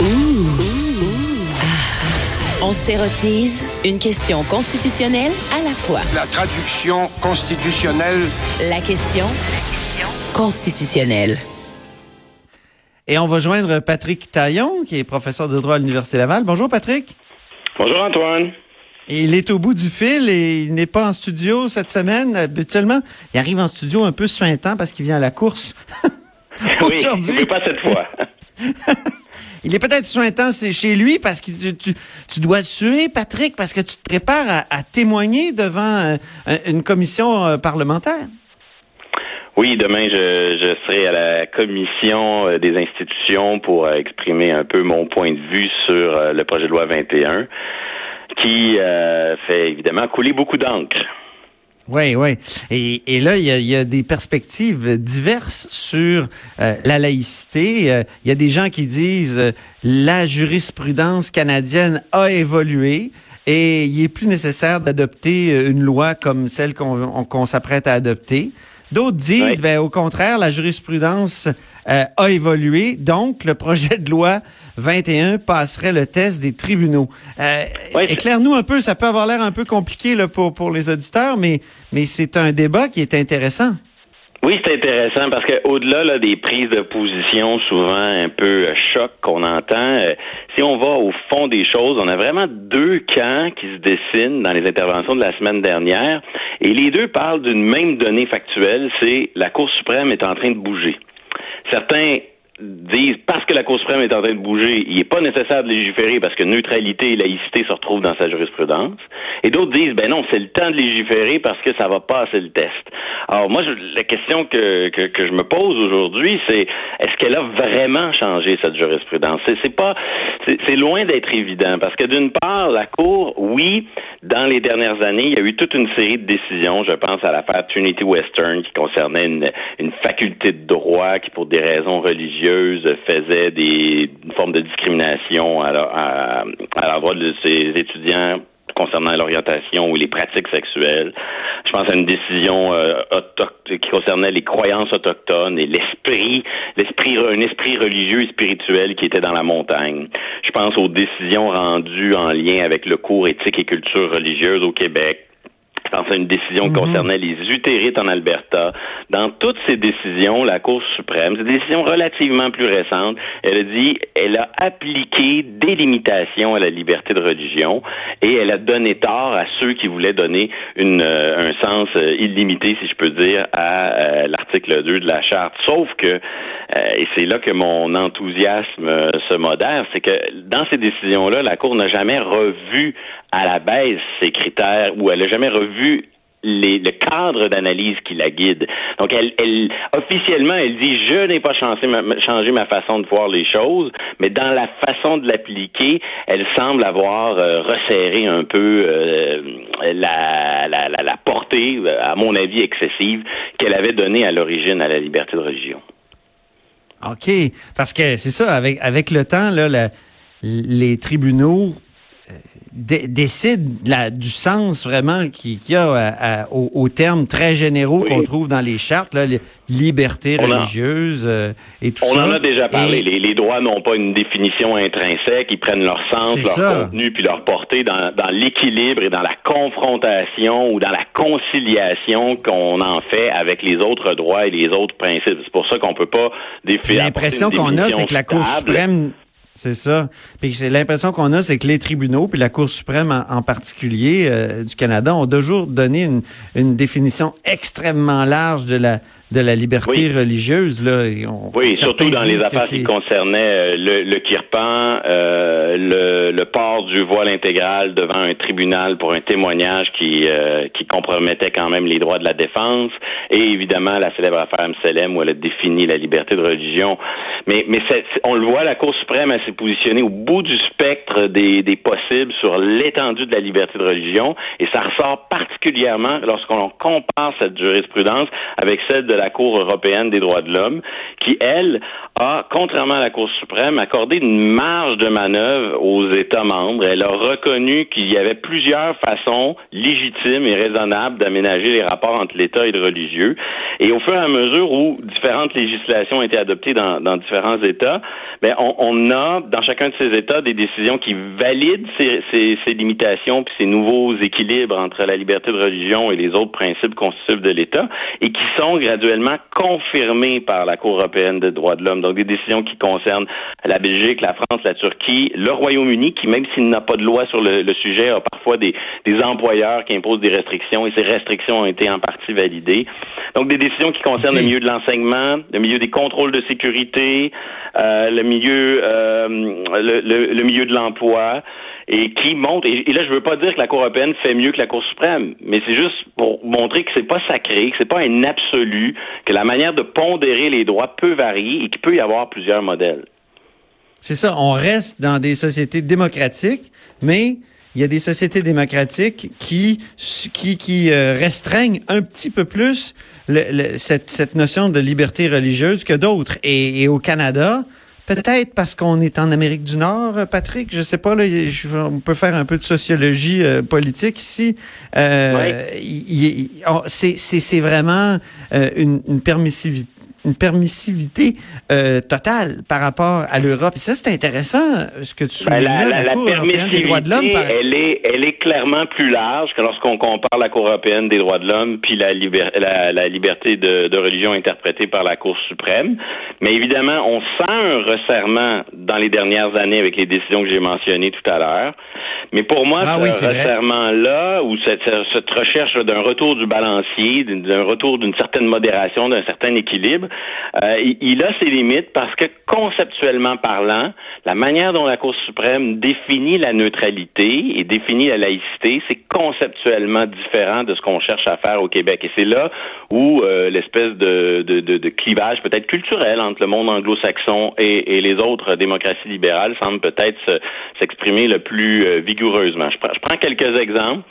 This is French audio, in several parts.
On s'érotise une question constitutionnelle à la fois. La traduction constitutionnelle. La question constitutionnelle. Et on va joindre Patrick Taillon, qui est professeur de droit à l'Université Laval. Bonjour Patrick. Bonjour Antoine. Et il est au bout du fil et il n'est pas en studio cette semaine. Habituellement, il arrive en studio un peu suintant parce qu'il vient à la course. Aujourd'hui. Oui, pas cette fois. Il est peut-être suintant, c'est chez lui parce que tu dois suer, Patrick, parce que tu te prépares à témoigner devant une commission parlementaire. Oui, demain, je serai à la commission des institutions pour exprimer un peu mon point de vue sur le projet de loi 21 qui fait évidemment couler beaucoup d'encre. Oui. Et là, il y a des perspectives diverses sur la laïcité. Il y a des gens qui disent la jurisprudence canadienne a évolué et il est plus nécessaire d'adopter une loi comme celle qu'on s'apprête à adopter. D'autres disent, au contraire, la jurisprudence a évolué, donc le projet de loi 21 passerait le test des tribunaux. Éclaire-nous un peu, ça peut avoir l'air un peu compliqué là, pour les auditeurs, mais c'est un débat qui est intéressant. Oui, c'est intéressant parce que au-delà là, des prises de position souvent un peu choc qu'on entend, si on va au fond des choses, on a vraiment deux camps qui se dessinent dans les interventions de la semaine dernière et les deux parlent d'une même donnée factuelle, c'est la Cour suprême est en train de bouger. Certains disent parce que la Cour suprême est en train de bouger, il n'est pas nécessaire de légiférer parce que neutralité et laïcité se retrouvent dans sa jurisprudence. Et d'autres disent, non, c'est le temps de légiférer parce que ça va passer le test. Alors moi, la question que je me pose aujourd'hui, c'est est-ce qu'elle a vraiment changé cette jurisprudence? C'est loin d'être évident parce que d'une part, la Cour, oui, dans les dernières années, il y a eu toute une série de décisions. Je pense à l'affaire Trinity Western qui concernait une faculté de droit qui, pour des raisons religieuses, faisait une forme de discrimination à l'endroit de ses étudiants concernant l'orientation ou les pratiques sexuelles. Je pense à une décision qui concernait les croyances autochtones et un esprit religieux et spirituel qui était dans la montagne. Je pense aux décisions rendues en lien avec le cours éthique et culture religieuse au Québec. Je pense à une décision qui concernait les utérites en Alberta. Dans toutes ces décisions, la Cour suprême, c'est des décisions relativement plus récentes, elle a appliqué des limitations à la liberté de religion et elle a donné tort à ceux qui voulaient donner un sens illimité, si je peux dire, à l'article 2 de la Charte. Sauf que, et c'est là que mon enthousiasme se modère, c'est que dans ces décisions-là, la Cour n'a jamais revu à la baisse ces critères ou elle n'a jamais revu le cadre d'analyse qui la guide. Donc, elle officiellement, elle dit « Je n'ai pas changé ma façon de voir les choses », mais dans la façon de l'appliquer, elle semble avoir resserré un peu la portée, à mon avis, excessive qu'elle avait donnée à l'origine à la liberté de religion. OK. Parce que c'est ça, avec le temps, là, les tribunaux décide du sens vraiment qu'il y a aux termes très généraux qu'on trouve dans les chartes, là, liberté religieuse et tout ça. On en a déjà parlé. Les droits n'ont pas une définition intrinsèque, ils prennent leur sens, leur contenu puis leur portée dans l'équilibre et dans la confrontation ou dans la conciliation qu'on en fait avec les autres droits et les autres principes. C'est pour ça qu'on peut pas définir. L'impression qu'on a, c'est que la Cour suprême... C'est ça. Puis c'est l'impression qu'on a, c'est que les tribunaux, puis la Cour suprême en particulier du Canada, ont toujours donné une définition extrêmement large de la liberté religieuse. Là. Surtout dans les affaires qui concernaient le kirpan, le port du voile intégral devant un tribunal pour un témoignage qui compromettait quand même les droits de la défense, et évidemment la célèbre affaire Amselem où elle a défini la liberté de religion. Mais on le voit, la Cour suprême s'est positionnée au bout du spectre des possibles sur l'étendue de la liberté de religion, et ça ressort particulièrement lorsqu'on compare cette jurisprudence avec celle de la Cour européenne des droits de l'homme, qui, elle, a, contrairement à la Cour suprême, accordé une marge de manœuvre aux États membres. Elle a reconnu qu'il y avait plusieurs façons légitimes et raisonnables d'aménager les rapports entre l'État et le religieux. Et au fur et à mesure où différentes législations ont été adoptées dans différents États, ben on a, dans chacun de ces États, des décisions qui valident ces limitations puis ces nouveaux équilibres entre la liberté de religion et les autres principes constitutifs de l'État et qui sont graduellement confirmés par la Cour européenne des droits de l'homme. Donc, des décisions qui concernent la Belgique, la France, la Turquie, le Royaume-Uni, qui, même s'il n'a pas de loi sur le sujet, a parfois des employeurs qui imposent des restrictions et ces restrictions ont été en partie validées. Donc, des décisions qui concernent le milieu de l'enseignement, le milieu des contrôles de sécurité, le milieu de l'emploi, et qui montre, et là je veux pas dire que la Cour européenne fait mieux que la Cour suprême, mais c'est juste pour montrer que c'est pas sacré, que c'est pas un absolu, que la manière de pondérer les droits peut varier et qu'il peut y avoir plusieurs modèles. C'est ça, on reste dans des sociétés démocratiques, mais il y a des sociétés démocratiques qui restreignent un petit peu plus cette notion de liberté religieuse que d'autres. Et au Canada, peut-être parce qu'on est en Amérique du Nord, Patrick, je sais pas, là, on peut faire un peu de sociologie politique ici. C'est vraiment une permissivité totale par rapport à l'Europe. Et ça, c'est intéressant, ce que tu soulignes là, la Cour européenne des droits de l'homme. Elle est clairement plus large que lorsqu'on compare la Cour européenne des droits de l'homme puis la liberté de religion interprétée par la Cour suprême. Mais évidemment, on sent un resserrement dans les dernières années avec les décisions que j'ai mentionnées tout à l'heure. Mais pour moi, ce resserrement-là, ou cette recherche d'un retour du balancier, d'un retour d'une certaine modération, d'un certain équilibre, il a ses limites parce que conceptuellement parlant, la manière dont la Cour suprême définit la neutralité et définit la laïcité, c'est conceptuellement différent de ce qu'on cherche à faire au Québec. Et c'est là où l'espèce de clivage peut-être culturel entre le monde anglo-saxon et les autres démocraties libérales semble peut-être s'exprimer le plus vigoureusement. Je prends quelques exemples.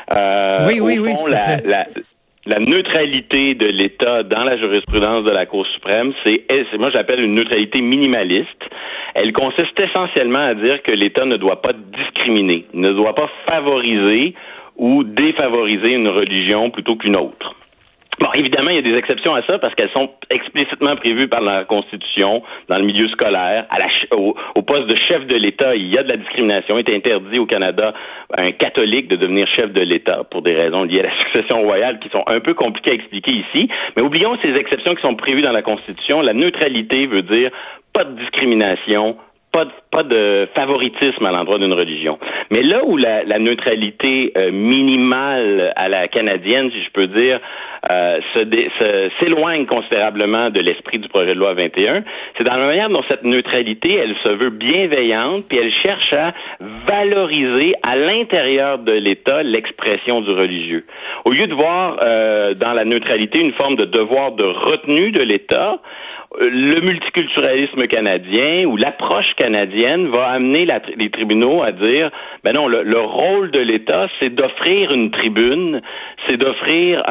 La neutralité de l'État dans la jurisprudence de la Cour suprême, c'est moi j'appelle une neutralité minimaliste. Elle consiste essentiellement à dire que l'État ne doit pas discriminer, ne doit pas favoriser ou défavoriser une religion plutôt qu'une autre. Bon, évidemment, il y a des exceptions à ça parce qu'elles sont explicitement prévues par la Constitution, dans le milieu scolaire, au poste de chef de l'État. Il y a de la discrimination. Il est interdit au Canada à un catholique de devenir chef de l'État pour des raisons liées à la succession royale qui sont un peu compliquées à expliquer ici. Mais oublions ces exceptions qui sont prévues dans la Constitution. La neutralité veut dire pas de discrimination, pas de favoritisme à l'endroit d'une religion. Mais là où la neutralité minimale à la canadienne, si je peux dire, s'éloigne considérablement de l'esprit du projet de loi 21, c'est dans la manière dont cette neutralité, elle se veut bienveillante, puis elle cherche à valoriser à l'intérieur de l'État l'expression du religieux. Au lieu de voir dans la neutralité une forme de devoir de retenue de l'État, le multiculturalisme canadien ou l'approche canadienne va amener les tribunaux à dire, ben non, le rôle de l'État, c'est d'offrir une tribune, c'est d'offrir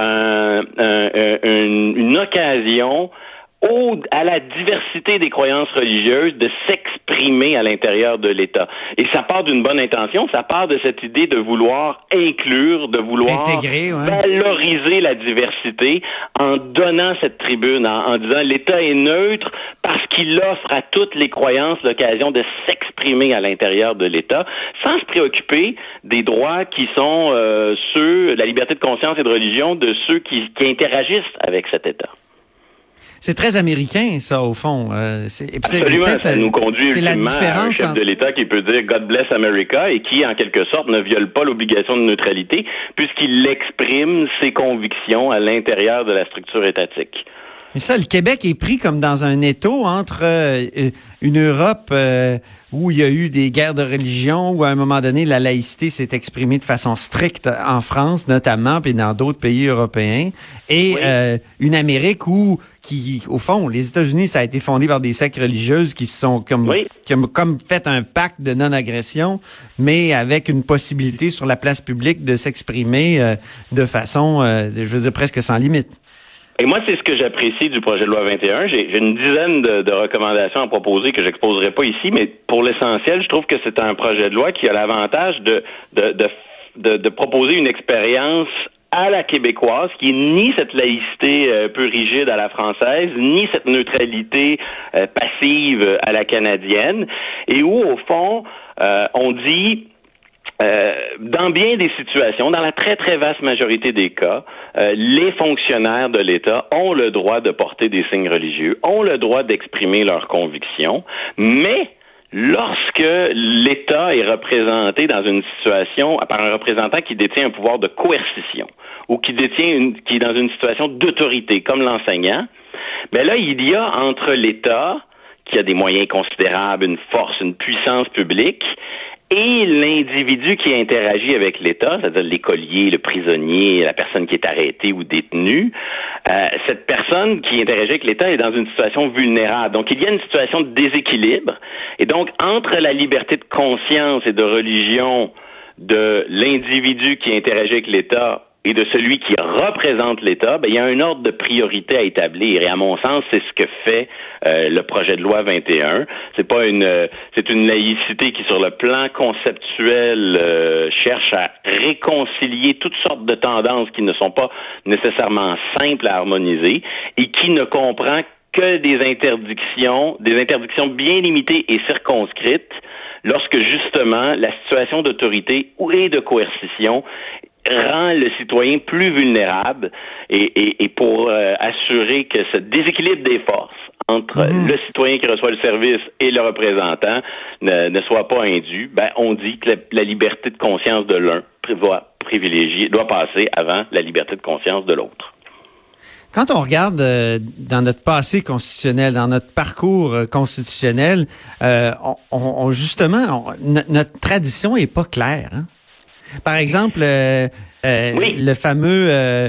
une occasion à la diversité des croyances religieuses de s'exprimer à l'intérieur de l'État. Et ça part d'une bonne intention, ça part de cette idée de vouloir inclure, de vouloir valoriser la diversité en donnant cette tribune, en disant l'État est neutre parce qu'il offre à toutes les croyances l'occasion de s'exprimer à l'intérieur de l'État, sans se préoccuper des droits qui sont ceux, la liberté de conscience et de religion de ceux qui interagissent avec cet État. C'est très américain, ça, au fond. Absolument, ça nous conduit ultimement à un chef de l'État qui peut dire « God bless America » et qui, en quelque sorte, ne viole pas l'obligation de neutralité puisqu'il exprime ses convictions à l'intérieur de la structure étatique. Et ça, le Québec est pris comme dans un étau entre une Europe où il y a eu des guerres de religion, où à un moment donné, la laïcité s'est exprimée de façon stricte en France, notamment, puis dans d'autres pays européens, et une Amérique où, au fond, les États-Unis, ça a été fondé par des sectes religieuses qui se sont comme fait un pacte de non-agression, mais avec une possibilité sur la place publique de s'exprimer de façon, je veux dire, presque sans limite. Et moi, c'est ce que j'apprécie du projet de loi 21. J'ai une dizaine de recommandations à proposer que j'exposerai pas ici, mais pour l'essentiel, je trouve que c'est un projet de loi qui a l'avantage de proposer une expérience à la québécoise, qui est ni cette laïcité peu rigide à la française, ni cette neutralité passive à la canadienne, et où, au fond, on dit... dans bien des situations, dans la très, très vaste majorité des cas, les fonctionnaires de l'État ont le droit de porter des signes religieux, ont le droit d'exprimer leurs convictions, mais lorsque l'État est représenté dans une situation par un représentant qui détient un pouvoir de coercition ou qui est dans une situation d'autorité, comme l'enseignant, ben là, il y a entre l'État, qui a des moyens considérables, une force, une puissance publique, et l'individu qui interagit avec l'État, c'est-à-dire l'écolier, le prisonnier, la personne qui est arrêtée ou détenue, cette personne qui interagit avec l'État est dans une situation vulnérable. Donc, il y a une situation de déséquilibre. Et donc, entre la liberté de conscience et de religion de l'individu qui interagit avec l'État et de celui qui représente l'État, ben, il y a un ordre de priorité à établir. Et à mon sens, c'est ce que fait le projet de loi 21. C'est une laïcité qui, sur le plan conceptuel, cherche à réconcilier toutes sortes de tendances qui ne sont pas nécessairement simples à harmoniser et qui ne comprend que des interdictions bien limitées et circonscrites lorsque, justement, la situation d'autorité et de coercition rend le citoyen plus vulnérable et pour assurer que ce déséquilibre des forces entre le citoyen qui reçoit le service et le représentant ne soit pas indu, ben on dit que la liberté de conscience de l'un doit passer avant la liberté de conscience de l'autre. Quand on regarde dans notre passé constitutionnel, dans notre parcours constitutionnel, notre tradition est pas claire, hein? Par exemple, oui. Le fameux,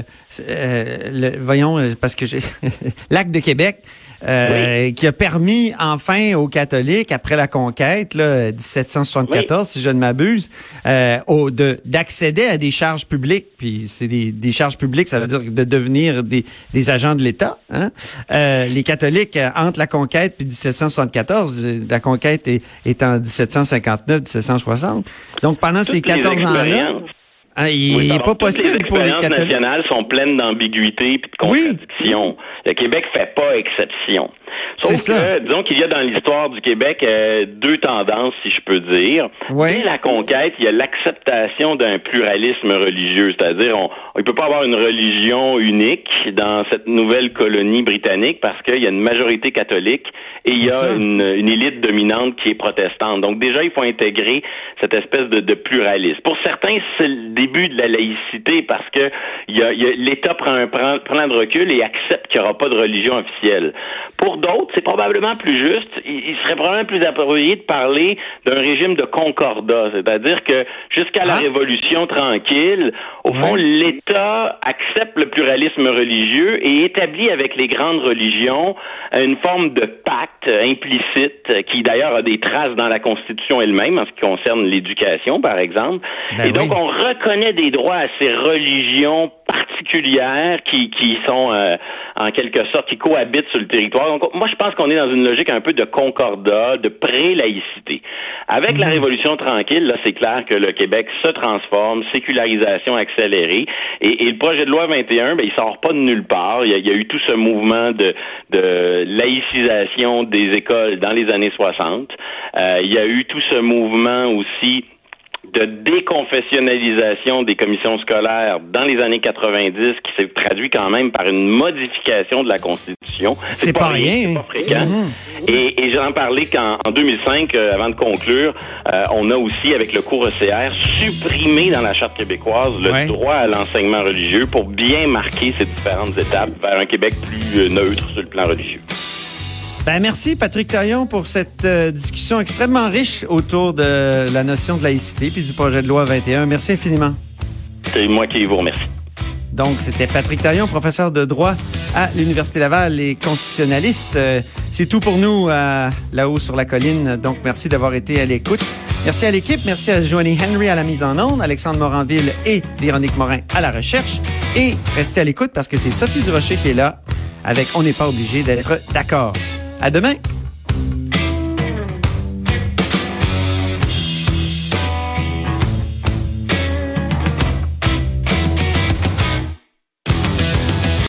parce que j'ai l'Acte de Québec, oui. Qui a permis enfin aux catholiques, après la conquête, là, 1774, oui. si je ne m'abuse, d'accéder à des charges publiques. Puis c'est des charges publiques, ça veut dire de devenir des agents de l'État. Hein? Les catholiques, entre la conquête puis 1774, la conquête est en 1759-1760. Donc pendant ces 14 ans-là, il n'est pas possible pour les catholiques. Les expériences nationales sont pleines d'ambiguïté et de contradictions. Oui. Le Québec fait pas exception. Sauf que, disons qu'il y a dans l'histoire du Québec deux tendances, si je peux dire. Oui. Dès la conquête, il y a l'acceptation d'un pluralisme religieux, c'est-à-dire il ne peut pas avoir une religion unique dans cette nouvelle colonie britannique parce qu'il y a une majorité catholique et il y a une élite dominante qui est protestante. Donc déjà, il faut intégrer cette espèce de pluralisme. Pour certains, c'est le début de la laïcité parce que l'État prend un plan de recul et accepte qu'il n'y aura pas de religion officielle. Pour d'autres, c'est probablement plus juste. Il serait probablement plus approprié de parler d'un régime de concordat, c'est-à-dire que jusqu'à la Révolution tranquille, au fond, l'État accepte le pluralisme religieux et établit avec les grandes religions une forme de pacte implicite qui d'ailleurs a des traces dans la Constitution elle-même en ce qui concerne l'éducation, par exemple. Et donc, on reconnaît des droits à ces religions particulières qui sont en quelque sorte qui cohabitent sur le territoire. Donc, moi, je pense qu'on est dans une logique un peu de concordat, de pré-laïcité. Avec la Révolution tranquille, là, c'est clair que le Québec se transforme, sécularisation accélérée, et le projet de loi 21, ben, il sort pas de nulle part. Il y a eu tout ce mouvement de laïcisation des écoles dans les années 60. Il y a eu tout ce mouvement aussi de déconfessionnalisation des commissions scolaires dans les années 90 qui s'est traduit quand même par une modification de la Constitution. C'est pas rien. C'est pas fréquent. Et j'en parlais qu'en 2005, avant de conclure, on a aussi, avec le cours ECR, supprimé dans la Charte québécoise le droit à l'enseignement religieux pour bien marquer ces différentes étapes vers un Québec plus neutre sur le plan religieux. Ben merci Patrick Taillon pour cette discussion extrêmement riche autour de la notion de laïcité puis du projet de loi 21. Merci infiniment. C'est moi qui vous remercie. Donc, c'était Patrick Taillon, professeur de droit à l'Université Laval et constitutionnaliste. C'est tout pour nous là-haut sur la colline. Donc, merci d'avoir été à l'écoute. Merci à l'équipe. Merci à Joanie Henry à la mise en onde, Alexandre Moranville et Véronique Morin à la recherche. Et restez à l'écoute parce que c'est Sophie Durocher qui est là avec On n'est pas obligé d'être d'accord. À demain!